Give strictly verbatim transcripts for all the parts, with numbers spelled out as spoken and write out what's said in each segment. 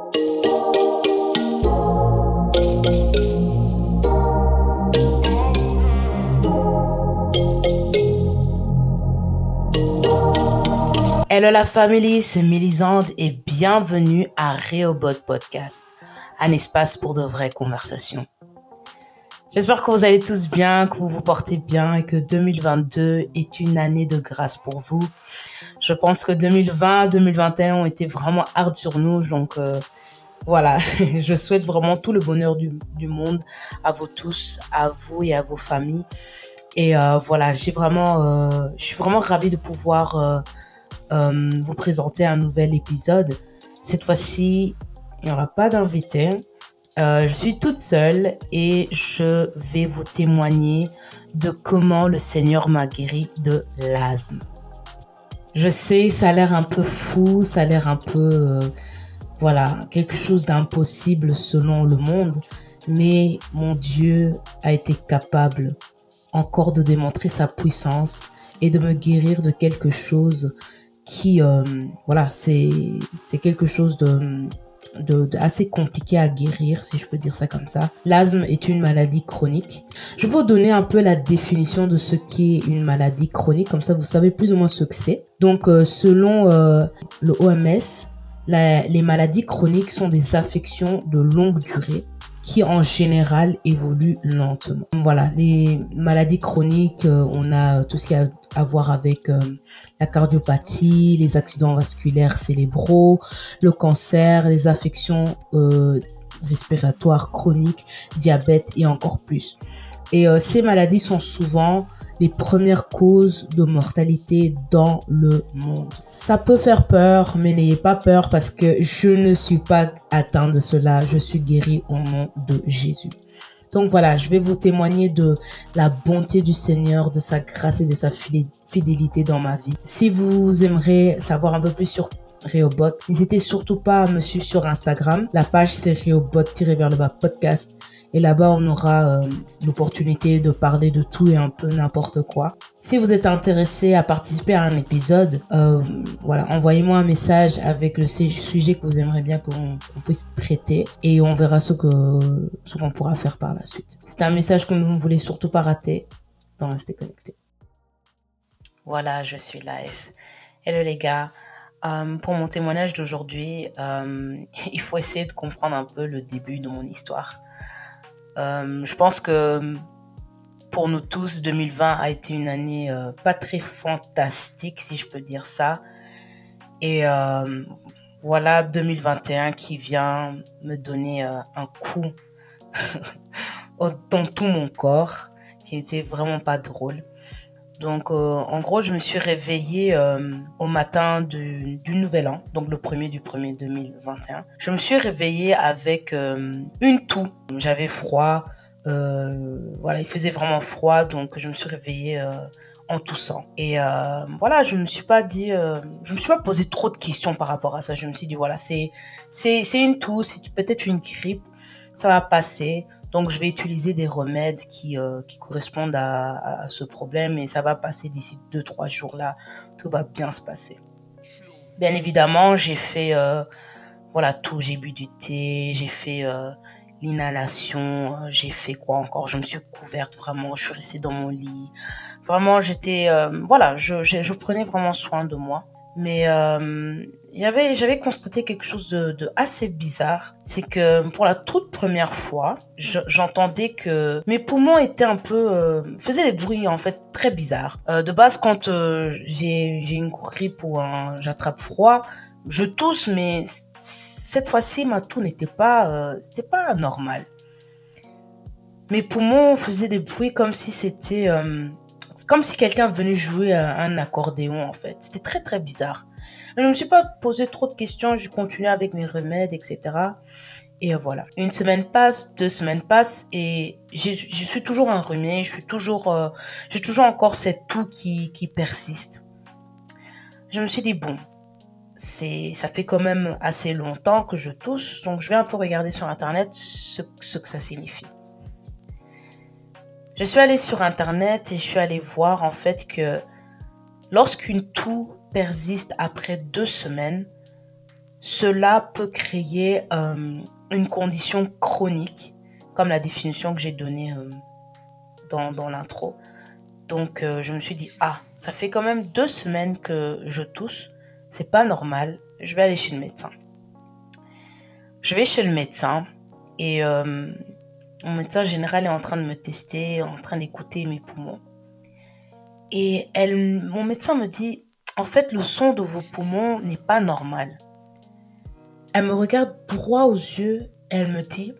Hello la famille, c'est Mélisande et bienvenue à Rehoboth Podcast, un espace pour de vraies conversations. J'espère que vous allez tous bien, que vous vous portez bien et que deux mille vingt-deux est une année de grâce pour vous. Je pense que deux mille vingt, deux mille vingt et un ont été vraiment hard sur nous, donc euh, voilà, je souhaite vraiment tout le bonheur du, du monde à vous tous, à vous et à vos familles. Et euh, voilà, j'ai vraiment, euh, je suis vraiment ravie de pouvoir euh, euh, vous présenter un nouvel épisode. Cette fois-ci, il n'y aura pas d'invité. Euh, je suis toute seule et je vais vous témoigner de comment le Seigneur m'a guéri de l'asthme. Je sais, ça a l'air un peu fou, ça a l'air un peu, euh, voilà, quelque chose d'impossible selon le monde, mais mon Dieu a été capable encore de démontrer sa puissance et de me guérir de quelque chose qui, euh, voilà, c'est, c'est quelque chose de, de, de assez compliqué à guérir, si je peux dire ça comme ça. L'asthme est une maladie chronique. Je vais vous donner un peu la définition de ce qu'est une maladie chronique, comme ça vous savez plus ou moins ce que c'est. Donc, euh, selon euh, le O M S, la, les maladies chroniques sont des affections de longue durée qui en général évoluent lentement. Voilà, les maladies chroniques, euh, on a tout ce qui a à voir avec euh, la cardiopathie, les accidents vasculaires cérébraux, le cancer, les affections euh, respiratoires chroniques, diabète et encore plus. Et euh, ces maladies sont souvent les premières causes de mortalité dans le monde. Ça peut faire peur, mais n'ayez pas peur parce que je ne suis pas atteint de cela. Je suis guéri au nom de Jésus. Donc voilà, je vais vous témoigner de la bonté du Seigneur, de sa grâce et de sa fidélité dans ma vie. Si vous aimeriez savoir un peu plus sur Rehoboth, n'hésitez surtout pas à me suivre sur Instagram. La page c'est Rehoboth-vers-le-bas podcast. Et là-bas, on aura euh, l'opportunité de parler de tout et un peu n'importe quoi. Si vous êtes intéressé à participer à un épisode, euh, voilà, envoyez-moi un message avec le sujet que vous aimeriez bien qu'on, qu'on puisse traiter et on verra ce que ce qu'on pourra faire par la suite. C'est un message que vous ne voulez surtout pas rater. Donc restez connectés. Voilà, je suis live. Hello les gars. Euh, pour mon témoignage d'aujourd'hui, euh, il faut essayer de comprendre un peu le début de mon histoire. Euh, je pense que pour nous tous, deux mille vingt a été une année euh, pas très fantastique, si je peux dire ça. Et euh, voilà deux mille vingt et un qui vient me donner euh, un coup dans tout mon corps, qui était vraiment pas drôle. Donc, euh, en gros, je me suis réveillée euh, au matin du, du Nouvel An, donc le premier du premier deux mille vingt et un. Je me suis réveillée avec euh, une toux. J'avais froid, euh, voilà, il faisait vraiment froid, donc je me suis réveillée euh, en toussant. Et euh, voilà, je me suis pas dit, euh, je me suis pas posé trop de questions par rapport à ça. Je me suis dit, voilà, c'est c'est c'est une toux, c'est peut-être une grippe, ça va passer. Donc, je vais utiliser des remèdes qui, euh, qui correspondent à, à ce problème et ça va passer d'ici deux, trois jours là. Tout va bien se passer. Bien évidemment, j'ai fait, euh, voilà, tout. J'ai bu du thé, j'ai fait euh, l'inhalation, euh, j'ai fait quoi encore? Je me suis couverte vraiment, je suis restée dans mon lit. Vraiment, j'étais, euh, voilà, je, je, je prenais vraiment soin de moi. Mais euh, y avait, j'avais constaté quelque chose de, de assez bizarre. C'est que pour la toute première fois, je, j'entendais que mes poumons étaient un peu... Euh, faisaient des bruits en fait très bizarres. Euh, de base, quand euh, j'ai, j'ai une grippe ou un, j'attrape froid, je tousse, mais cette fois-ci, ma toux n'était pas, euh, c'était pas normal. Mes poumons faisaient des bruits comme si c'était... Euh, C'est comme si quelqu'un venait jouer un, un accordéon, en fait. C'était très, très bizarre. Je ne me suis pas posé trop de questions. Je continuais avec mes remèdes, et cetera. Et voilà. Une semaine passe, deux semaines passent et j'ai, je suis toujours enrhumée. Je suis toujours, euh, j'ai toujours encore cette toux qui, qui persiste. Je me suis dit, bon, c'est, ça fait quand même assez longtemps que je tousse. Donc, je vais un peu regarder sur Internet ce, ce que ça signifie. Je suis allée sur Internet et je suis allée voir en fait que lorsqu'une toux persiste après deux semaines, cela peut créer euh, une condition chronique, comme la définition que j'ai donnée euh, dans, dans l'intro. Donc, euh, je me suis dit, ah, ça fait quand même deux semaines que je tousse. C'est pas normal. Je vais aller chez le médecin. Je vais chez le médecin et euh, mon médecin général est en train de me tester, en train d'écouter mes poumons. Et elle, mon médecin me dit, en fait, le son de vos poumons n'est pas normal. Elle me regarde droit aux yeux et elle me dit,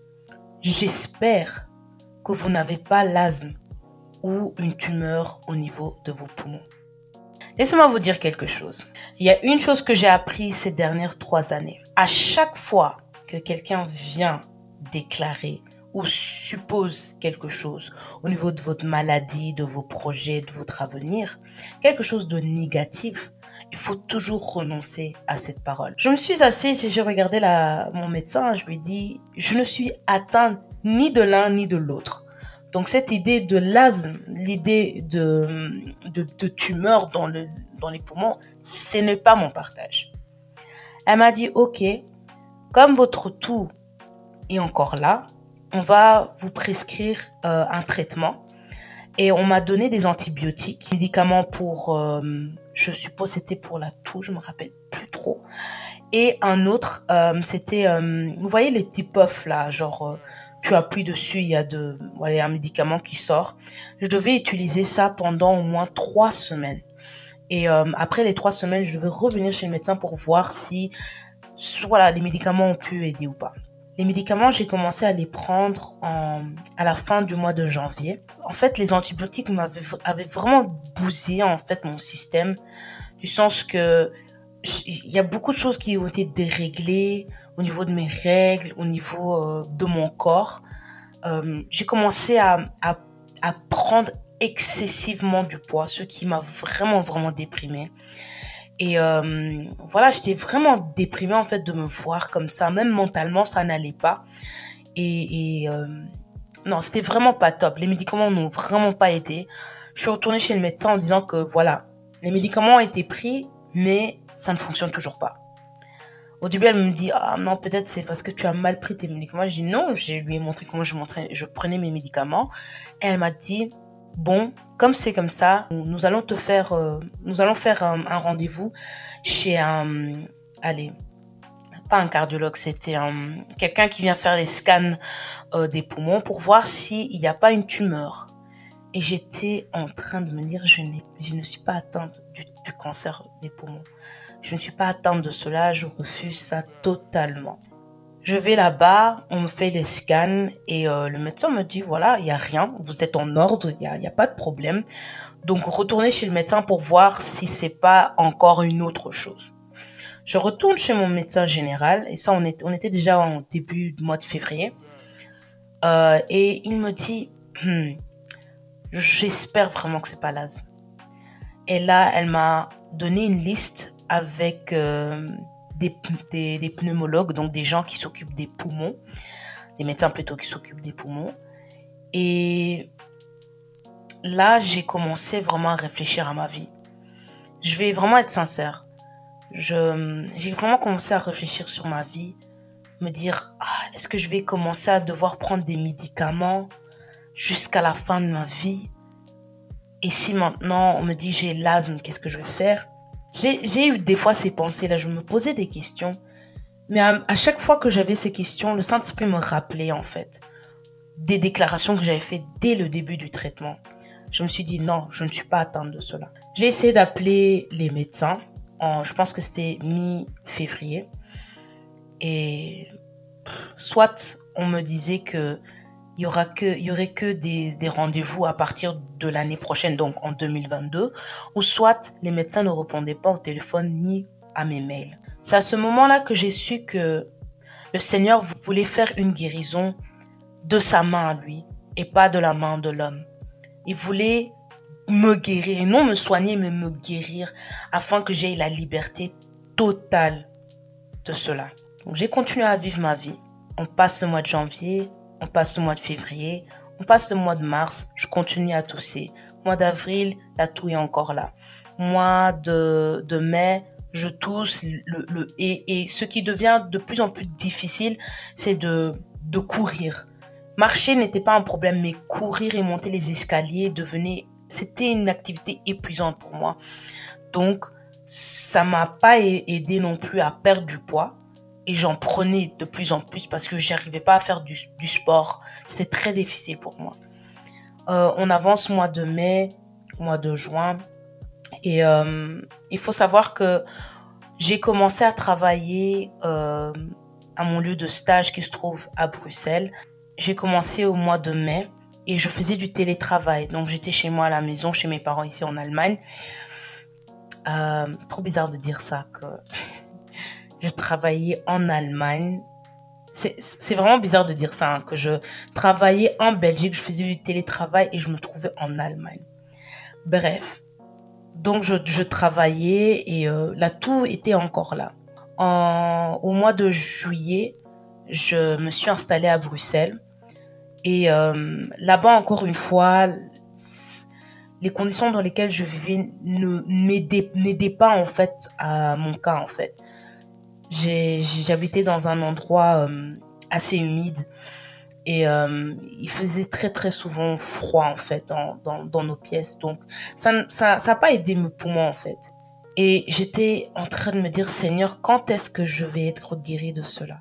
j'espère que vous n'avez pas l'asthme ou une tumeur au niveau de vos poumons. Laissez-moi vous dire quelque chose. Il y a une chose que j'ai appris ces dernières trois années. À chaque fois que quelqu'un vient déclarer ou suppose quelque chose au niveau de votre maladie, de vos projets, de votre avenir, quelque chose de négatif, il faut toujours renoncer à cette parole. Je me suis assise, j'ai regardé la, mon médecin, je lui ai dit, je ne suis atteinte ni de l'un ni de l'autre. Donc cette idée de l'asthme, l'idée de, de, de tumeur dans, le, dans les poumons, ce n'est pas mon partage. Elle m'a dit, ok, comme votre toux est encore là, on va vous prescrire euh, un traitement. Et on m'a donné des antibiotiques, médicaments pour, euh, je suppose c'était pour la toux, je me rappelle plus trop. Et un autre, euh, c'était, euh, vous voyez les petits puffs là, genre euh, tu appuies dessus, il y a de, voilà, un médicament qui sort. Je devais utiliser ça pendant au moins trois semaines. Et euh, après les trois semaines, je devais revenir chez le médecin pour voir si, voilà, les médicaments ont pu aider ou pas. Les médicaments, j'ai commencé à les prendre en, à la fin du mois de janvier. En fait, les antibiotiques m'avaient avaient vraiment bousillé en fait mon système, du sens que il y a beaucoup de choses qui ont été déréglées au niveau de mes règles, au niveau euh, de mon corps. Euh, j'ai commencé à, à, à prendre excessivement du poids, ce qui m'a vraiment, vraiment déprimée. Et euh, voilà, j'étais vraiment déprimée en fait de me voir comme ça. Même mentalement, ça n'allait pas. Et, et euh, non, c'était vraiment pas top. Les médicaments n'ont vraiment pas aidé. Je suis retournée chez le médecin en disant que voilà, les médicaments ont été pris, mais ça ne fonctionne toujours pas. Au début, elle me dit, ah non, peut-être c'est parce que tu as mal pris tes médicaments. Je dis non, je lui ai montré comment je, montrais, je prenais mes médicaments. Et elle m'a dit, bon, comme c'est comme ça, nous allons te faire, euh, nous allons faire un, un rendez-vous chez un, allez, pas un cardiologue, c'était un, quelqu'un qui vient faire les scans euh, des poumons pour voir s'il n'y a pas une tumeur. Et j'étais en train de me dire, je, n'ai, je ne suis pas atteinte du, du cancer des poumons. Je ne suis pas atteinte de cela, je refuse ça totalement. Je vais là-bas, on me fait les scans et euh, le médecin me dit, voilà, il n'y a rien, vous êtes en ordre, il n'y a, y a pas de problème. Donc, retournez chez le médecin pour voir si c'est pas encore une autre chose. Je retourne chez mon médecin général et ça, on, est, on était déjà en début du mois de février. Euh, et il me dit, hmm, j'espère vraiment que c'est pas l'asthme. Et là, elle m'a donné une liste avec euh, des, des, des pneumologues, donc des gens qui s'occupent des poumons, des médecins plutôt qui s'occupent des poumons. Et là, j'ai commencé vraiment à réfléchir à ma vie. Je vais vraiment être sincère. Je, j'ai vraiment commencé à réfléchir sur ma vie, me dire, ah, est-ce que je vais commencer à devoir prendre des médicaments jusqu'à la fin de ma vie? Et si maintenant on me dit j'ai l'asthme, qu'est-ce que je vais faire? J'ai, j'ai eu des fois ces pensées-là, je me posais des questions. Mais à, à chaque fois que j'avais ces questions, le Saint-Esprit me rappelait en fait des déclarations que j'avais faites dès le début du traitement. Je me suis dit non, je ne suis pas atteinte de cela. J'ai essayé d'appeler les médecins, en, je pense que c'était mi-février. Et soit on me disait que il y aura que, il y aurait que des, des rendez-vous à partir de l'année prochaine, donc en deux mille vingt-deux, ou soit les médecins ne répondaient pas au téléphone ni à mes mails. C'est à ce moment-là que j'ai su que le Seigneur voulait faire une guérison de sa main à lui et pas de la main de l'homme. Il voulait me guérir, et non me soigner, mais me guérir afin que j'aie la liberté totale de cela. Donc j'ai continué à vivre ma vie. On passe le mois de janvier, on passe le mois de février, on passe le mois de mars, je continue à tousser. Mois d'avril, la toux est encore là. Mois de, de mai, je tousse, le, le, et, et ce qui devient de plus en plus difficile, c'est de, de courir. Marcher n'était pas un problème, mais courir et monter les escaliers devenait, c'était une activité épuisante pour moi. Donc, ça m'a pas aidé non plus à perdre du poids. Et j'en prenais de plus en plus parce que j'arrivais pas à faire du, du sport. C'est très difficile pour moi. Euh, on avance mois de mai, mois de juin. Et euh, il faut savoir que j'ai commencé à travailler euh, à mon lieu de stage qui se trouve à Bruxelles. J'ai commencé au mois de mai et je faisais du télétravail. Donc, j'étais chez moi à la maison, chez mes parents ici en Allemagne. Euh, c'est trop bizarre de dire ça, que je travaillais en Allemagne. C'est, c'est vraiment bizarre de dire ça, hein, que je travaillais en Belgique, je faisais du télétravail et je me trouvais en Allemagne. Bref, donc je, je travaillais et euh, là, tout était encore là. En, au mois de juillet, je me suis installée à Bruxelles. Et euh, là-bas, encore une fois, les conditions dans lesquelles je vivais ne m'aidaient, n'aidaient pas en fait à mon cas en fait. J'ai, j'habitais dans un endroit euh, assez humide et euh, il faisait très très souvent froid en fait dans, dans, dans nos pièces. Donc ça ça ça a pas aidé mes poumons en fait. Et j'étais en train de me dire, Seigneur, quand est-ce que je vais être guérie de cela?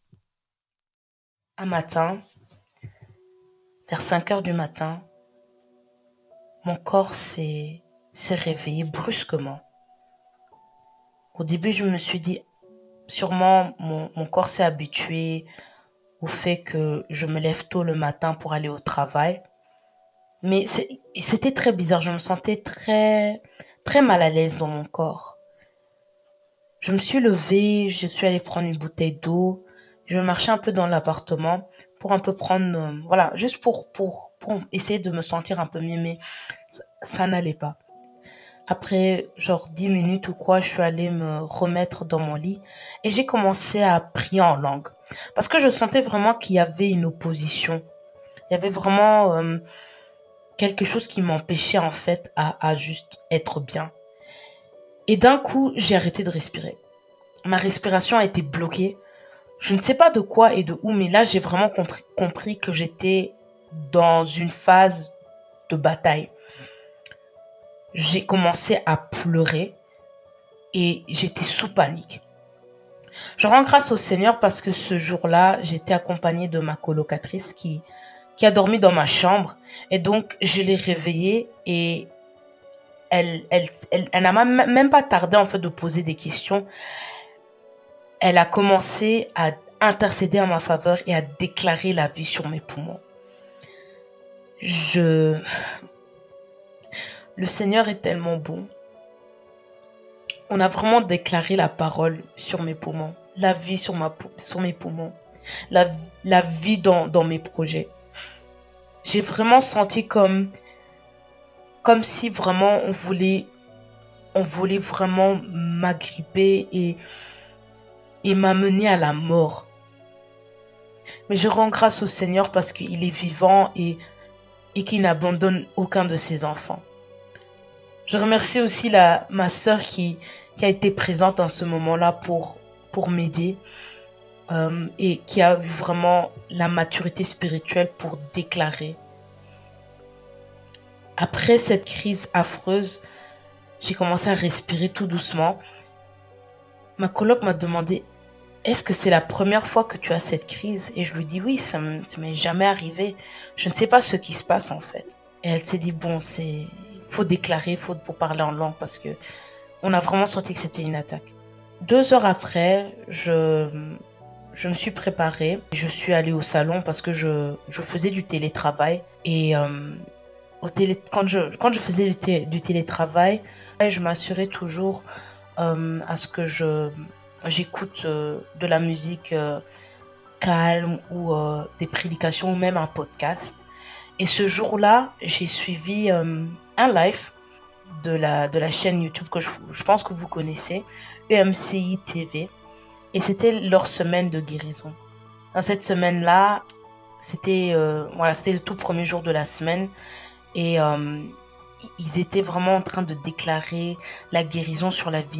Un matin, vers cinq heures du matin, mon corps s'est, s'est réveillé brusquement. Au début, je me suis dit, sûrement mon, mon corps s'est habitué au fait que je me lève tôt le matin pour aller au travail. Mais c'est, c'était très bizarre, je me sentais très, très mal à l'aise dans mon corps. Je me suis levée, je suis allée prendre une bouteille d'eau, je marchais un peu dans l'appartement pour un peu prendre, euh, voilà, juste pour, pour, pour essayer de me sentir un peu mieux, mais ça, ça n'allait pas. Après, genre dix minutes ou quoi, je suis allée me remettre dans mon lit et j'ai commencé à prier en langue. Parce que je sentais vraiment qu'il y avait une opposition. Il y avait vraiment euh, quelque chose qui m'empêchait en fait à, à juste être bien. Et d'un coup, j'ai arrêté de respirer. Ma respiration a été bloquée. Je ne sais pas de quoi et de où, mais là, j'ai vraiment compris, compris que j'étais dans une phase de bataille. J'ai commencé à pleurer et j'étais sous panique. Je rends grâce au Seigneur parce que ce jour-là, j'étais accompagnée de ma colocatrice qui, qui a dormi dans ma chambre. Et donc, je l'ai réveillée et elle, elle, elle, elle n'a même pas tardé en fait de poser des questions. Elle a commencé à intercéder en ma faveur et à déclarer la vie sur mes poumons. Je... Le Seigneur est tellement bon. On a vraiment déclaré la parole sur mes poumons, la vie sur, ma, sur mes poumons, la, la vie dans, dans mes projets. J'ai vraiment senti comme, comme si vraiment on voulait, on voulait vraiment m'agripper et, et m'amener à la mort. Mais je rends grâce au Seigneur parce qu'il est vivant et, et qu'il n'abandonne aucun de ses enfants. Je remercie aussi la, ma sœur qui, qui a été présente en ce moment-là pour, pour m'aider euh, et qui a eu vraiment la maturité spirituelle pour déclarer. Après cette crise affreuse, j'ai commencé à respirer tout doucement. Ma coloc m'a demandé, est-ce que c'est la première fois que tu as cette crise? Et je lui dis oui, ça ne m'est jamais arrivé. Je ne sais pas ce qui se passe en fait. Et elle s'est dit, bon, c'est... faut déclarer, faut, faut parler en langue parce que on a vraiment senti que c'était une attaque. Deux heures après, je, je me suis préparée. Je suis allée au salon parce que je, je faisais du télétravail. Et euh, au télé, quand, je, quand je faisais du, té, du télétravail, je m'assurais toujours euh, à ce que je, j'écoute euh, de la musique euh, calme ou euh, des prédications ou même un podcast. Et ce jour-là, j'ai suivi euh, un live de la, de la chaîne YouTube que je, je pense que vous connaissez, E M C I T V. Et c'était leur semaine de guérison. Dans cette semaine-là, c'était euh, voilà, c'était le tout premier jour de la semaine. Et euh, ils étaient vraiment en train de déclarer la guérison sur la vie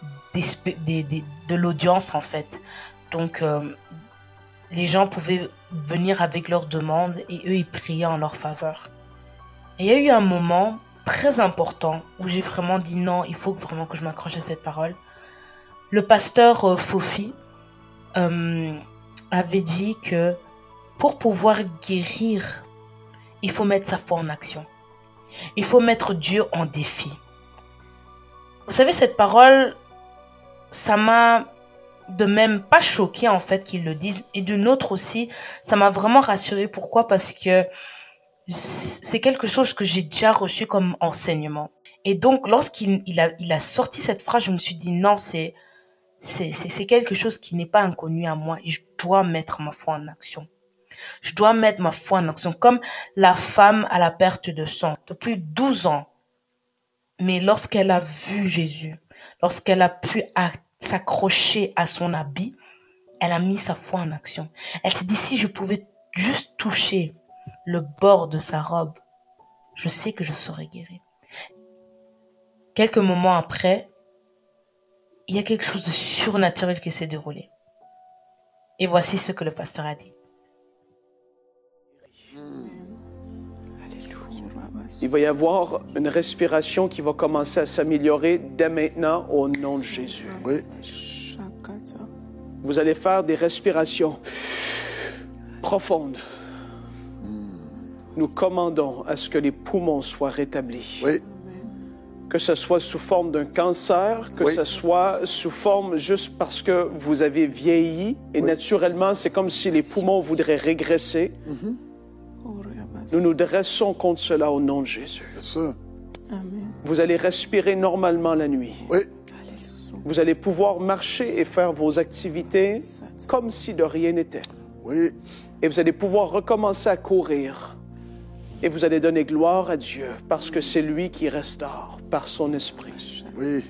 des, des, des, de l'audience en fait. Donc euh, les gens pouvaient venir avec leurs demandes et eux ils priaient en leur faveur. Et il y a eu un moment très important où j'ai vraiment dit non, il faut vraiment que je m'accroche à cette parole. Le pasteur euh, Fofi euh, avait dit que pour pouvoir guérir, il faut mettre sa foi en action. Il faut mettre Dieu en défi. Vous savez, cette parole, ça m'a de même pas choqué en fait qu'ils le disent. Et d'une autre aussi, ça m'a vraiment rassurée. Pourquoi? Parce que c'est quelque chose que j'ai déjà reçu comme enseignement. Et donc, lorsqu'il il a, il a sorti cette phrase, je me suis dit non, c'est, c'est, c'est, c'est quelque chose qui n'est pas inconnu à moi et je dois mettre ma foi en action. Je dois mettre ma foi en action, comme la femme à la perte de sang depuis douze ans. Mais lorsqu'elle a vu Jésus, lorsqu'elle a pu s'accrocher à son habit, elle a mis sa foi en action. Elle s'est dit, si je pouvais juste toucher le bord de sa robe, je sais que je serais guérie. Quelques moments après, il y a quelque chose de surnaturel qui s'est déroulé. Et voici ce que le pasteur a dit. Il va y avoir une respiration qui va commencer à s'améliorer dès maintenant au nom de Jésus. Oui. Vous allez faire des respirations profondes. Nous commandons à ce que les poumons soient rétablis. Oui. Que ce soit sous forme d'un cancer, que Oui. ce soit sous forme juste parce que vous avez vieilli et Oui. naturellement, c'est comme si les poumons voudraient régresser. Mhm. Nous nous dressons contre cela au nom de Jésus. Bien sûr. Vous allez respirer normalement la nuit. Oui. Vous allez pouvoir marcher et faire vos activités comme si de rien n'était. Oui. Et vous allez pouvoir recommencer à courir. Et vous allez donner gloire à Dieu parce que c'est lui qui restaure par son esprit. Oui.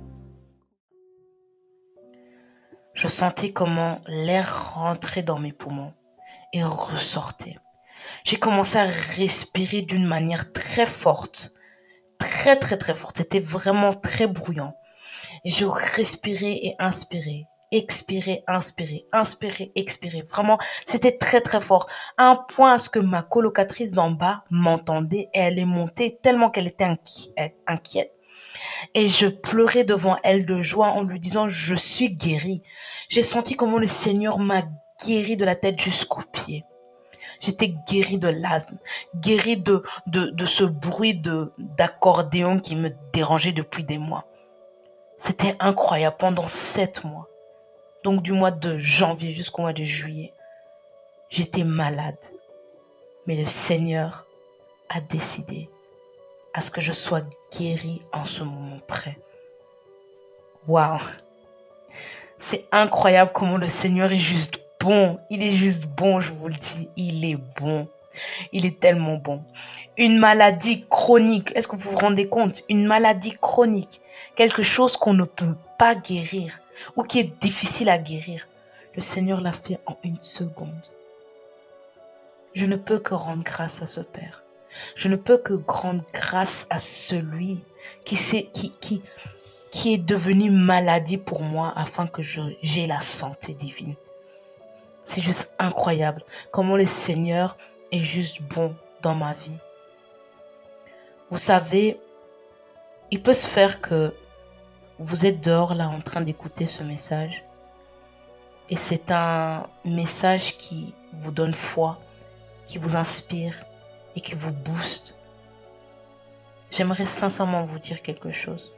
Je sentais comment l'air rentrait dans mes poumons et ressortait. J'ai commencé à respirer d'une manière très forte. Très, très, très forte. C'était vraiment très bruyant. Je respirais et inspirais. Expirer, inspirer, inspirer, expirer. Vraiment, c'était très, très fort. À un point à ce que ma colocatrice d'en bas m'entendait et elle est montée tellement qu'elle était inqui- inquiète. Et je pleurais devant elle de joie en lui disant, je suis guérie. J'ai senti comment le Seigneur m'a guérie de la tête jusqu'aux pieds. J'étais guérie de l'asthme, guérie de, de, de ce bruit de, d'accordéon qui me dérangeait depuis des mois. C'était incroyable pendant sept mois. Donc du mois de janvier jusqu'au mois de juillet, j'étais malade. Mais le Seigneur a décidé à ce que je sois guérie en ce moment près. Waouh! C'est incroyable comment le Seigneur est juste bon. Il est juste bon, je vous le dis. Il est bon. Il est tellement bon. Une maladie chronique, est-ce que vous vous rendez compte? Une maladie chronique, quelque chose qu'on ne peut pas guérir ou qui est difficile à guérir. Le Seigneur l'a fait en une seconde. Je ne peux que rendre grâce à ce Père. Je ne peux que rendre grâce à celui qui, qui, qui, qui est devenu maladie pour moi afin que je, j'ai la santé divine. C'est juste incroyable comment le Seigneur est juste bon dans ma vie. Vous savez, il peut se faire que vous êtes dehors là en train d'écouter ce message et c'est un message qui vous donne foi, qui vous inspire et qui vous booste. J'aimerais sincèrement vous dire quelque chose.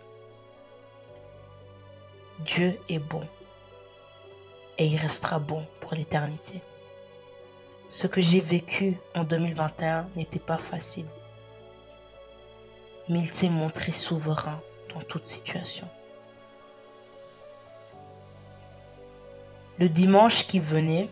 Dieu est bon et il restera bon pour l'éternité. Ce que j'ai vécu en deux mille vingt et un n'était pas facile. Mais il s'est montré souverain dans toute situation. Le dimanche qui venait,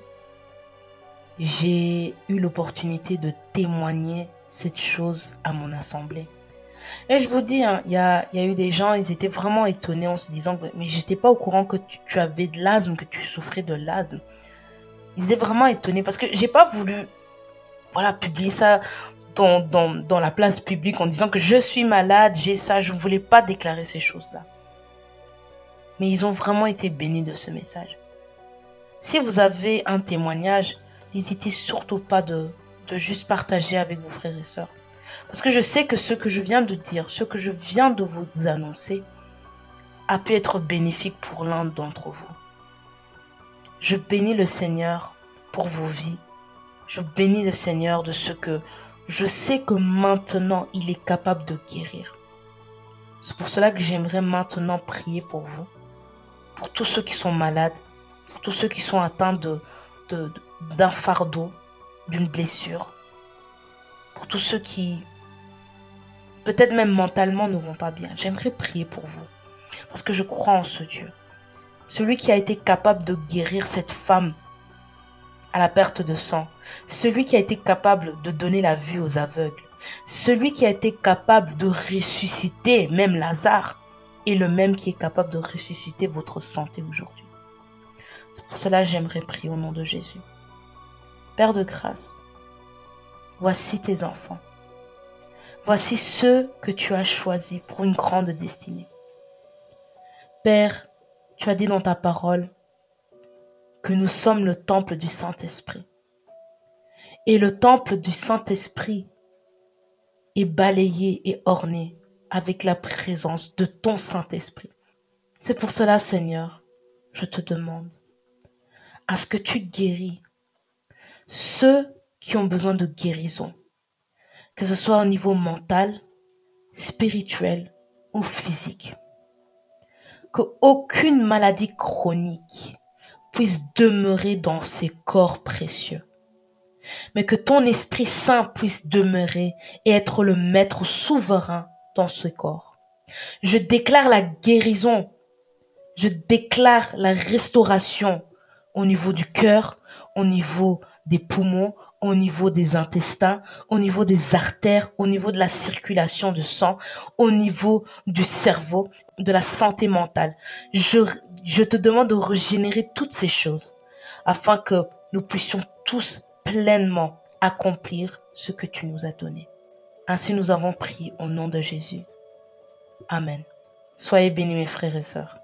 j'ai eu l'opportunité de témoigner cette chose à mon assemblée. Et je vous dis, hein, il y a, y a eu des gens, ils étaient vraiment étonnés en se disant « Mais j'étais pas au courant que tu, tu avais de l'asthme, que tu souffrais de l'asthme. » Ils étaient vraiment étonnés parce que j'ai pas voulu voilà, publier ça dans, dans, dans la place publique en disant que je suis malade, j'ai ça. Je voulais pas déclarer ces choses-là. mais ils ont vraiment été bénis de ce message. Si vous avez un témoignage, n'hésitez surtout pas de, de juste partager avec vos frères et sœurs. Parce que je sais que ce que je viens de dire, ce que je viens de vous annoncer, a pu être bénéfique pour l'un d'entre vous. Je bénis le Seigneur pour vos vies. Je bénis le Seigneur de ce que je sais que maintenant il est capable de guérir. C'est pour cela que j'aimerais maintenant prier pour vous, pour tous ceux qui sont malades, pour tous ceux qui sont atteints de, de, d'un fardeau, d'une blessure, pour tous ceux qui, peut-être même mentalement, ne vont pas bien. J'aimerais prier pour vous, parce que je crois en ce Dieu. Celui qui a été capable de guérir cette femme à la perte de sang, celui qui a été capable de donner la vue aux aveugles, celui qui a été capable de ressusciter même Lazare, est le même qui est capable de ressusciter votre santé aujourd'hui. C'est pour cela que j'aimerais prier au nom de Jésus. Père de grâce, voici tes enfants. Voici ceux que tu as choisis pour une grande destinée. Père, tu as dit dans ta parole que nous sommes le temple du Saint-Esprit. Et le temple du Saint-Esprit est balayé et orné avec la présence de ton Saint-Esprit. C'est pour cela, Seigneur, je te demande à ce que tu guéris ceux qui ont besoin de guérison, que ce soit au niveau mental, spirituel ou physique. Qu'aucune maladie chronique puisse demeurer dans ces corps précieux, mais que ton Esprit Saint puisse demeurer et être le maître souverain dans ce corps. Je déclare la guérison, je déclare la restauration au niveau du cœur, au niveau des poumons, au niveau des intestins, au niveau des artères, au niveau de la circulation du sang, au niveau du cerveau, de la santé mentale. Je, je te demande de régénérer toutes ces choses afin que nous puissions tous pleinement accomplir ce que tu nous as donné. Ainsi nous avons prié au nom de Jésus. Amen. Soyez bénis mes frères et sœurs.